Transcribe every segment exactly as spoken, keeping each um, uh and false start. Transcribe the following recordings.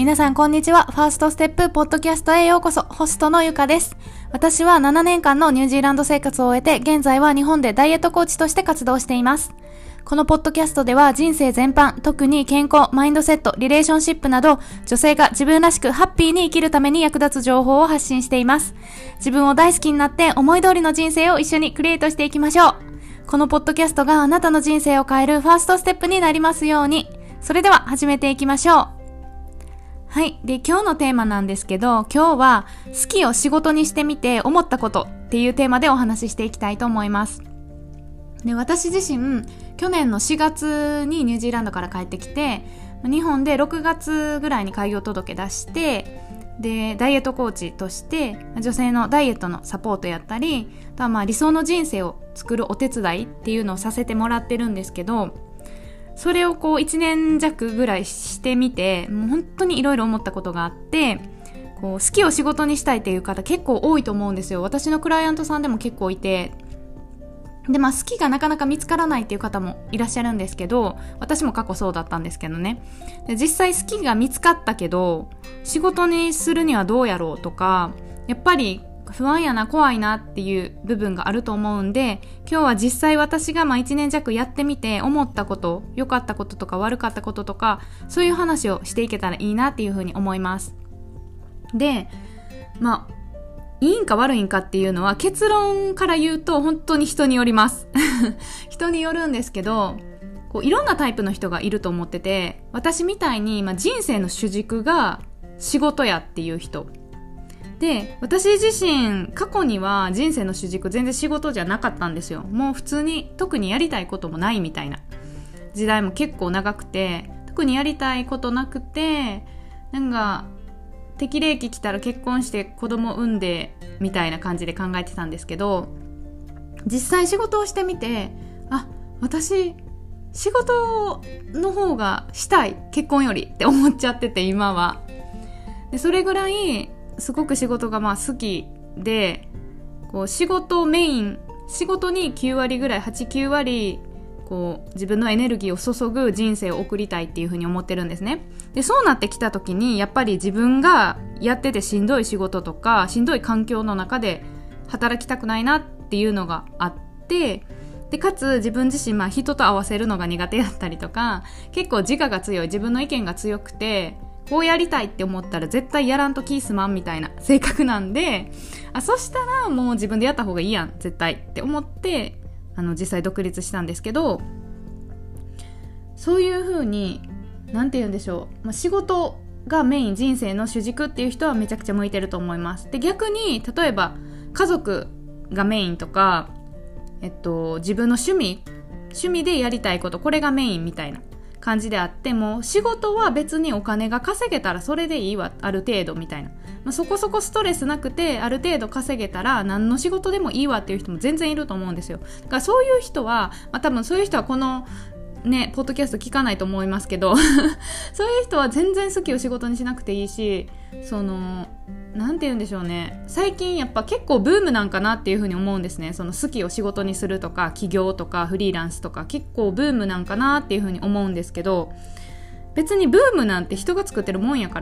皆さんこんにちは。ファーストステップポッドキャストへようこそ。ホストのゆかです。私はななねんかんのニュージーランド生活を終えて、現在は日本でダイエットコーチとして活動しています。このポッドキャストでは人生全般、特に健康、マインドセット、リレーションシップなど、女性が自分らしくハッピーに生きるために役立つ情報を発信しています。自分を大好きになって思い通りの人生を一緒にクリエイトしていきましょう。このポッドキャストがあなたの人生を変えるファーストステップになりますように。それでは始めていきましょう。はい。で、今日のテーマなんですけど、今日は好きを仕事にしてみて思ったことっていうテーマでお話ししていきたいと思います。で、私自身、去年のしがつにニュージーランドから帰ってきて、日本でろくがつぐらいに開業届出して、で、ダイエットコーチとして、女性のダイエットのサポートやったり、あとはまあ理想の人生を作るお手伝いっていうのをさせてもらってるんですけど、それをこういちねん弱ぐらいしてみて、もう本当にいろいろ思ったことがあって、こう好きを仕事にしたいっていう方結構多いと思うんですよ。私のクライアントさんでも結構いて、でまあ好きがなかなか見つからないっていう方もいらっしゃるんですけど、私も過去そうだったんですけどね。で実際好きが見つかったけど、仕事にするにはどうやろうとか、やっぱり不安やな、怖いなっていう部分があると思うんで、今日は実際私がまあいちねん弱やってみて思ったこと、良かったこととか悪かったこととか、そういう話をしていけたらいいなっていうふうに思います。で、まあいいんか悪いんかっていうのは結論から言うと本当に人によります人によるんですけど、こういろんなタイプの人がいると思ってて、私みたいに、まあ、人生の主軸が仕事やっていう人で、私自身過去には人生の主軸全然仕事じゃなかったんですよ。もう普通に特にやりたいこともないみたいな時代も結構長くて、特にやりたいことなくて、なんか適齢期来たら結婚して子供産んでみたいな感じで考えてたんですけど、実際仕事をしてみて、あ、私仕事の方がしたい、結婚よりって思っちゃってて、今は。でそれぐらいすごく仕事がまあ好きで、こう仕事メイン、仕事にきゅうわりぐらい、はち、きゅうわりこう自分のエネルギーを注ぐ人生を送りたいっていうふうに思ってるんですね。でそうなってきた時に、やっぱり自分がやっててしんどい仕事とかしんどい環境の中で働きたくないなっていうのがあって、でかつ自分自身、まあ、人と合わせるのが苦手だったりとか、結構自我が強い、自分の意見が強くて、こうやりたいって思ったら絶対やらんと気すまんみたいな性格なんで、あ、そしたらもう自分でやった方がいいやん絶対って思って、あの実際独立したんですけど、そういう風になんて言うんでしょう、まあ、仕事がメイン、人生の主軸っていう人はめちゃくちゃ向いてると思います。で逆に例えば家族がメインとか、えっと、自分の趣味趣味でやりたいこと、これがメインみたいな感じであっても、仕事は別にお金が稼げたらそれでいいわ、ある程度みたいな、まあ、そこそこストレスなくてある程度稼げたら何の仕事でもいいわっていう人も全然いると思うんですよ。だからそういう人は、まあ、多分そういう人はこのねポッドキャスト聞かないと思いますけどそういう人は全然好きを仕事にしなくていいし、そのなんて言うんでしょうね、最近やっぱ結構ブームなんかなっていうふうに思うんですね。その好きを仕事にするとか、起業とかフリーランスとか結構ブームなんかなっていうふうに思うんですけど、別にブームなんて人が作ってるもんやから、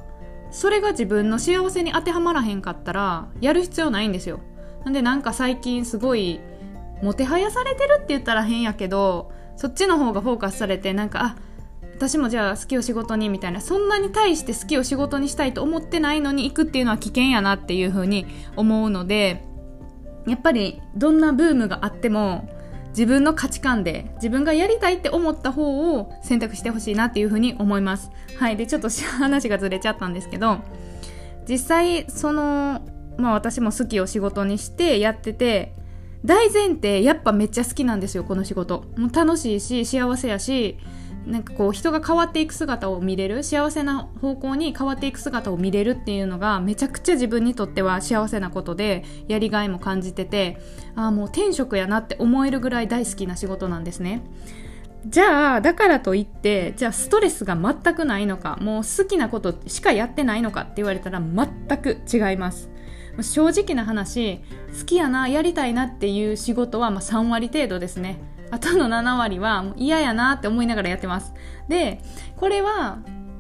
それが自分の幸せに当てはまらへんかったらやる必要ないんですよ。なんでなんか最近すごいもてはやされてるって言ったら変やけど、そっちの方がフォーカスされて、なんかあ私もじゃあ好きを仕事にみたいな、そんなに対して好きを仕事にしたいと思ってないのに行くっていうのは危険やなっていう風に思うので、やっぱりどんなブームがあっても自分の価値観で自分がやりたいって思った方を選択してほしいなっていう風に思います。はい。でちょっと話がずれちゃったんですけど、実際そのまあ私も好きを仕事にしてやってて、大前提やっぱめっちゃ好きなんですよ、この仕事。もう楽しいし幸せやし、なんかこう人が変わっていく姿を見れる、幸せな方向に変わっていく姿を見れるっていうのがめちゃくちゃ自分にとっては幸せなことで、やりがいも感じてて、ああもう天職やなって思えるぐらい大好きな仕事なんですね。じゃあだからといってじゃあストレスが全くないのか、もう好きなことしかやってないのかって言われたら全く違います。正直な話、好きやな、やりたいなっていう仕事はまあさんわり程度ですね。あとのななわりはもう嫌やなって思いながらやってます。でこれは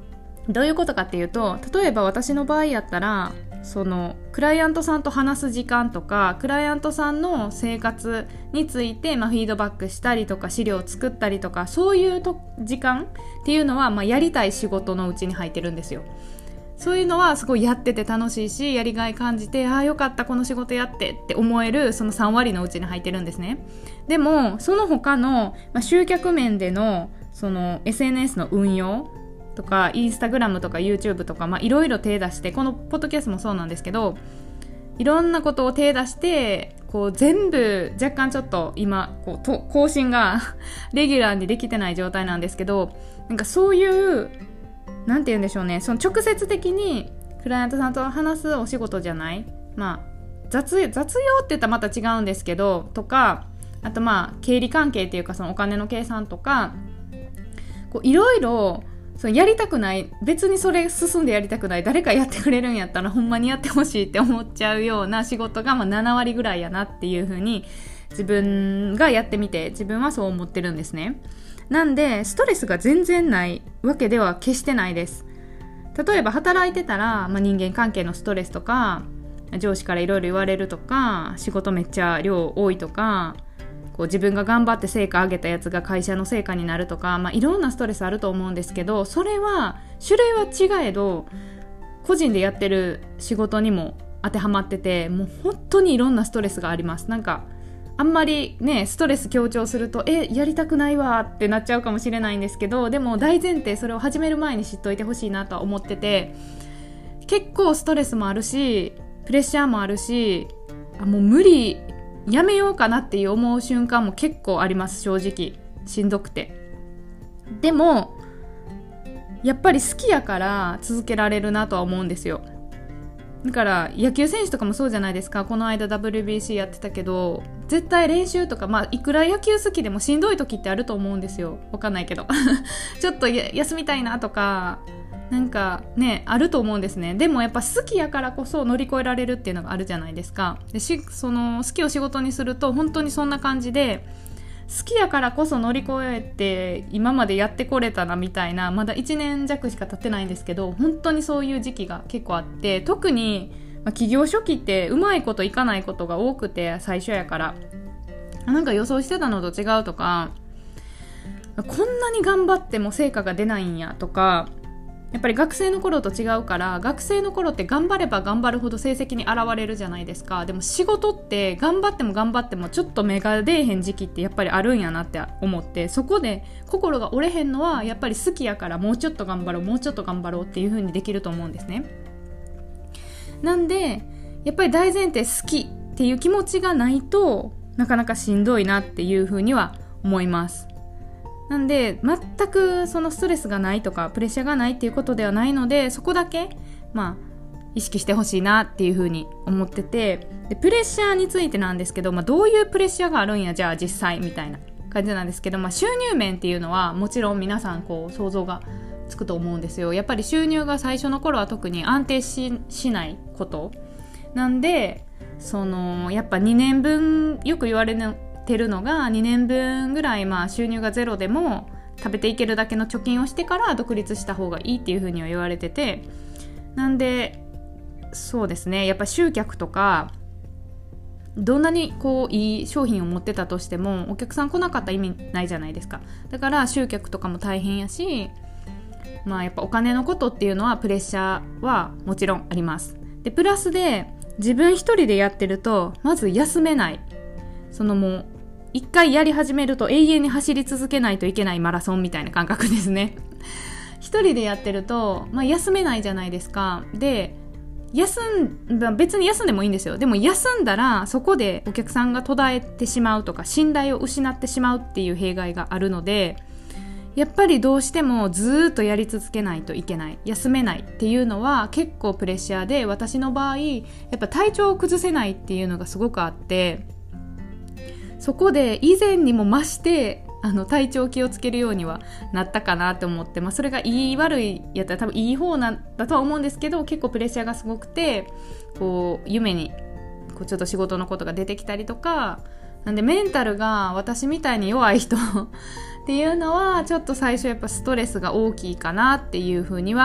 どういうことかっていうと、例えば私の場合やったら、そのクライアントさんと話す時間とか、クライアントさんの生活について、まあ、フィードバックしたりとか、資料を作ったりとか、そういうと時間っていうのは、まあ、やりたい仕事のうちに入ってるんですよ。そういうのはすごいやってて楽しいし、やりがい感じて、ああよかったこの仕事やってって思える、そのさん割のうちに入ってるんですね。でもその他の、まあ、集客面でのその エスエヌエス の運用とか、インスタグラムとか YouTube とか、まあいろいろ手出して、このポッドキャストもそうなんですけど、いろんなことを手出して、こう全部若干ちょっと今こうと更新がレギュラーにできてない状態なんですけど、なんかそういうなんて言うんでしょうね、その直接的にクライアントさんと話すお仕事じゃない、まあ雑雑用って言ったらまた違うんですけど、とか、あとまあ経理関係っていうか、そのお金の計算とか、こういろいろそのやりたくない、別にそれ進んでやりたくない、誰かやってくれるんやったらほんまにやってほしいって思っちゃうような仕事がまあなな割ぐらいやなっていう風に自分がやってみて、自分はそう思ってるんですね。なんでストレスが全然ないわけでは決してないです。例えば働いてたら、まあ、人間関係のストレスとか、上司からいろいろ言われるとか、仕事めっちゃ量多いとか、こう自分が頑張って成果上げたやつが会社の成果になるとか、まあ、いろんなストレスあると思うんですけど、それは種類は違えど個人でやってる仕事にも当てはまってて、もう本当にいろんなストレスがあります。なんかあんまりねストレス強調するとえやりたくないわってなっちゃうかもしれないんですけど、でも大前提それを始める前に知っといてほしいなとは思ってて、結構ストレスもあるしプレッシャーもあるし、あもう無理やめようかなっていう思う瞬間も結構あります。正直しんどくて、でもやっぱり好きやから続けられるなとは思うんですよ。だから野球選手とかもそうじゃないですか。この間 ダブリュービーシー やってたけど、絶対練習とか、まあいくら野球好きでもしんどい時ってあると思うんですよ。わかんないけどちょっと休みたいなとかなんかねあると思うんですね。でもやっぱ好きやからこそ乗り越えられるっていうのがあるじゃないですか。でしその好きを仕事にすると本当にそんな感じで、好きやからこそ乗り越えて今までやってこれたなみたいな、まだいちねん弱しか経ってないんですけど、本当にそういう時期が結構あって、特に、まあ、起業初期ってうまいこといかないことが多くて、最初やからなんか予想してたのと違うとか、こんなに頑張っても成果が出ないんやとか、やっぱり学生の頃と違うから、学生の頃って頑張れば頑張るほど成績に現れるじゃないですか。でも仕事って頑張っても頑張ってもちょっと芽が出えへん時期ってやっぱりあるんやなって思って、そこで心が折れへんのはやっぱり好きやから、もうちょっと頑張ろうもうちょっと頑張ろうっていう風にできると思うんですね。なんでやっぱり大前提好きっていう気持ちがないとなかなかしんどいなっていう風には思います。なんで全くそのストレスがないとかプレッシャーがないっていうことではないので、そこだけまあ意識してほしいなっていうふうに思ってて、でプレッシャーについてなんですけど、まあ、どういうプレッシャーがあるんやじゃあ実際みたいな感じなんですけど、まあ、収入面っていうのはもちろん皆さんこう想像がつくと思うんですよ。やっぱり収入が最初の頃は特に安定 し, しないことなんで、そのやっぱにねんぶんよく言われるてるのがにねんぶんぐらいまあ収入がゼロでも食べていけるだけの貯金をしてから独立した方がいいっていう風には言われてて、なんでそうですね、やっぱ集客とかどんなにこういい商品を持ってたとしてもお客さん来なかったら意味ないじゃないですか。だから集客とかも大変やし、まあやっぱお金のことっていうのはプレッシャーはもちろんあります。でプラスで自分一人でやってるとまず休めない、そのもう一回やり始めると永遠に走り続けないといけないマラソンみたいな感覚ですね。一人でやってると、まあ、休めないじゃないですか。で休ん別に休んでもいいんですよ。でも休んだらそこでお客さんが途絶えてしまうとか信頼を失ってしまうっていう弊害があるので、やっぱりどうしてもずっとやり続けないといけない、休めないっていうのは結構プレッシャーで、私の場合やっぱ体調を崩せないっていうのがすごくあって、そこで以前にも増してあの体調を気をつけるようにはなったかなと思って、まあ、それがいい悪いやったら多分いい方なんだとは思うんですけど、結構プレッシャーがすごくて、こう夢にこうちょっと仕事のことが出てきたりとか、なんでメンタルが私みたいに弱い人っていうのはちょっと最初やっぱストレスが大きいかなっていうふうには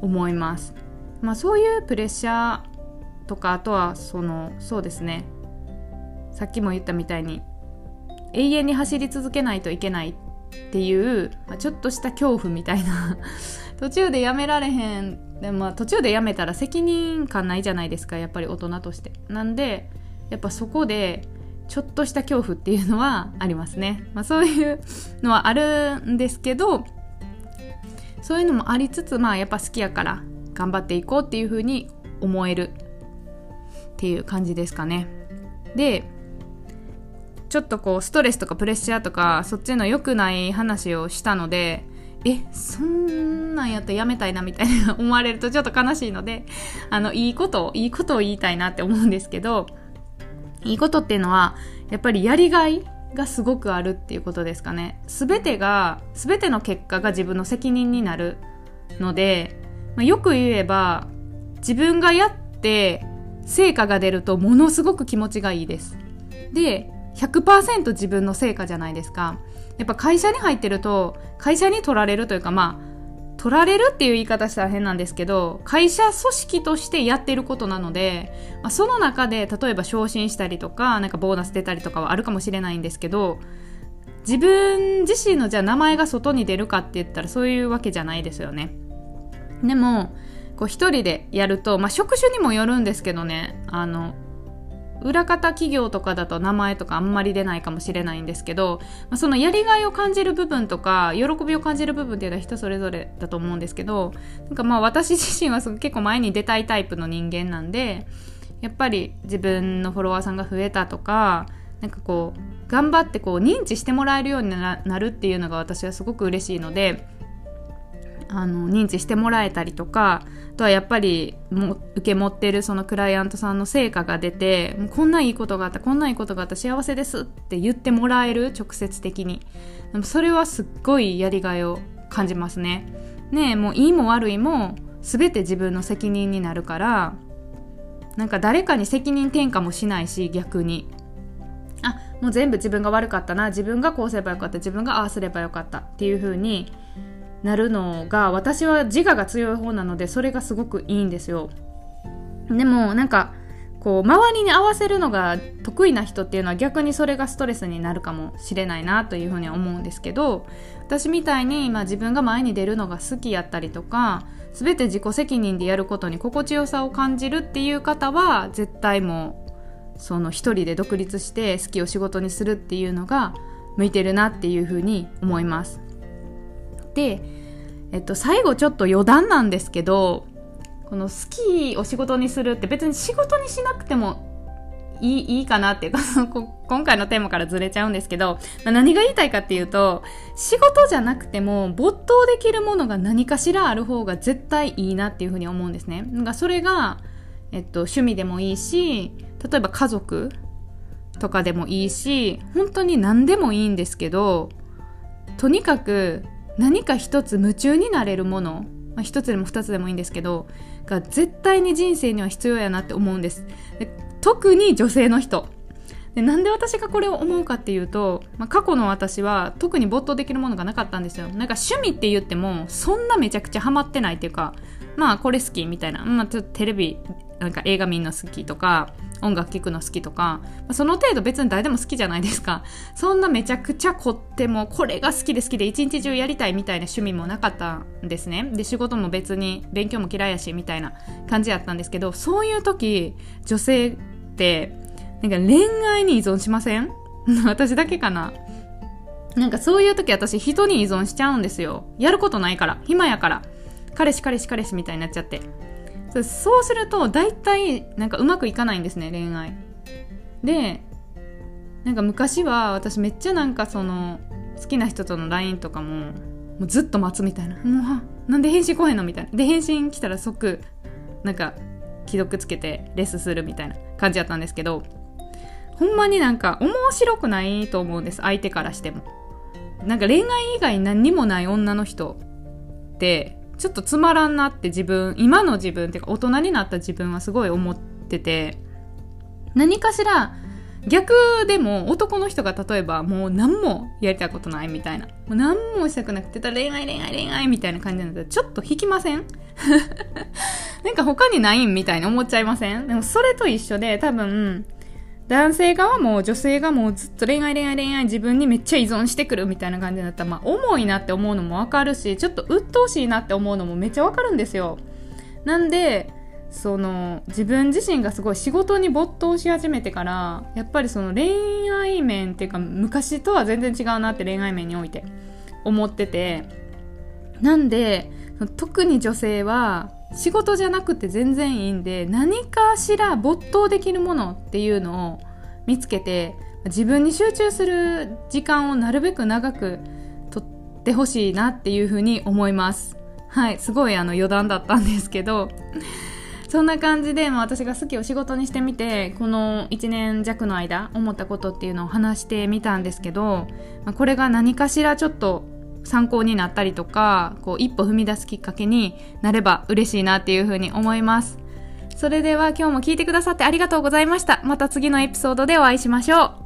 思います。まあそういうプレッシャーとか、あとはそのそうですね、さっきも言ったみたいに永遠に走り続けないといけないっていう、まあ、ちょっとした恐怖みたいな途中でやめられへんでも、まあ、途中でやめたら責任感ないじゃないですか、やっぱり大人として。なんでやっぱそこでちょっとした恐怖っていうのはありますね。まあ、そういうのはあるんですけど、そういうのもありつつ、まあやっぱ好きやから頑張っていこうっていう風に思えるっていう感じですかね。で、ちょっとこうストレスとかプレッシャーとかそっちの良くない話をしたので、え、そんなんやったらやめたいなみたいな思われるとちょっと悲しいので、あのいいことをいいことを言いたいなって思うんですけど、いいことっていうのはやっぱりやりがいがすごくあるっていうことですかね。すべてがすべての結果が自分の責任になるので、まあ、よく言えば自分がやって成果が出るとものすごく気持ちがいいです。で、ひゃくパーセント 自分の成果じゃないですか。やっぱ会社に入ってると会社に取られるというか、まあ取られるっていう言い方したら変なんですけど、会社組織としてやってることなので、まあ、その中で例えば昇進したりとか、なんかボーナス出たりとかはあるかもしれないんですけど、自分自身のじゃあ名前が外に出るかって言ったらそういうわけじゃないですよね。でもこう一人でやると、まあ、職種にもよるんですけどね、あの裏方企業とかだと名前とかあんまり出ないかもしれないんですけど、まあ、そのやりがいを感じる部分とか喜びを感じる部分っていうのは人それぞれだと思うんですけど、なんかまあ私自身は結構前に出たいタイプの人間なんで、やっぱり自分のフォロワーさんが増えたとか、なんかこう頑張ってこう認知してもらえるようになるっていうのが私はすごく嬉しいので、あの認知してもらえたりとか、あとはやっぱりも受け持ってるそのクライアントさんの成果が出て、もうこんないいことがあったこんないいことがあった幸せですって言ってもらえる、直接的に。でもそれはすっごいやりがいを感じますね。ねえ、もういいも悪いも全て自分の責任になるから、なんか誰かに責任転嫁もしないし、逆にあ、もう全部自分が悪かったな、自分がこうすればよかった、自分がああすればよかったっていう風になるのが、私は自我が強い方なのでそれがすごくいいんですよ。でもなんかこう周りに合わせるのが得意な人っていうのは逆にそれがストレスになるかもしれないなというふうには思うんですけど、私みたいに今自分が前に出るのが好きやったりとか、全て自己責任でやることに心地よさを感じるっていう方は絶対もうその一人で独立して好きを仕事にするっていうのが向いてるなっていうふうに思います。で、えっと、最後ちょっと余談なんですけど、この好きを仕事にするって別に仕事にしなくてもいい、いいかなっていうか今回のテーマからずれちゃうんですけど、まあ、何が言いたいかっていうと、仕事じゃなくても没頭できるものが何かしらある方が絶対いいなっていうふうに思うんですね。なんかそれが、えっと、趣味でもいいし、例えば家族とかでもいいし、本当に何でもいいんですけど、とにかく何か一つ夢中になれるもの、まあ、一つでも二つでもいいんですけどが絶対に人生には必要やなって思うんです。で、特に女性の人で、なんで私がこれを思うかっていうと、まあ、過去の私は特に没頭できるものがなかったんですよ。なんか趣味って言ってもそんなめちゃくちゃハマってないっていうか、まあこれ好きみたいな、まあ、ちょっとテレビなんか映画見るの好きとか音楽聴くの好きとか、まあ、その程度別に誰でも好きじゃないですか。そんなめちゃくちゃ凝ってもこれが好きで好きで一日中やりたいみたいな趣味もなかったんですね。で、仕事も別に勉強も嫌いやしみたいな感じやったんですけど、そういう時女性ってなんか恋愛に依存しません？私だけかな。なんかそういう時私人に依存しちゃうんですよ。やることないから、暇やから、彼氏彼氏彼氏みたいになっちゃって、そうすると大体なんかうまくいかないんですね、恋愛で。なんか昔は私めっちゃなんかその好きな人との ライン とかももうずっと待つみたいな、もうなんで返信来へんのみたいな、で返信来たら即なんか既読つけてレスするみたいな感じだったんですけど、ほんまになんか面白くないと思うんです、相手からしても。なんか恋愛以外何にもない女の人ってちょっとつまらんなって自分、今の自分っていうか大人になった自分はすごい思ってて、何かしら逆でも男の人が例えばもう何もやりたいことないみたいな、もう何もしたくなくてたら恋愛恋愛恋愛みたいな感じになったらちょっと引きませんなんか他にないんみたいに思っちゃいません？でもそれと一緒で、多分男性側も女性がもうずっと恋愛恋愛恋愛自分にめっちゃ依存してくるみたいな感じになったら、まあ重いなって思うのもわかるし、ちょっと鬱陶しいなって思うのもめっちゃわかるんですよ。なんでその自分自身がすごい仕事に没頭し始めてから、やっぱりその恋愛面っていうか昔とは全然違うなって恋愛面において思ってて、なんで特に女性は仕事じゃなくて全然いいんで、何かしら没頭できるものっていうのを見つけて自分に集中する時間をなるべく長く取ってほしいなっていうふうに思います。はい、すごいあの余談だったんですけどそんな感じで、まあ、私が好きを仕事にしてみて、このいちねん弱の間思ったことっていうのを話してみたんですけど、まあ、これが何かしらちょっと参考になったりとか、こう一歩踏み出すきっかけになれば嬉しいなっていうふうに思います。それでは今日も聞いてくださってありがとうございました。また次のエピソードでお会いしましょう。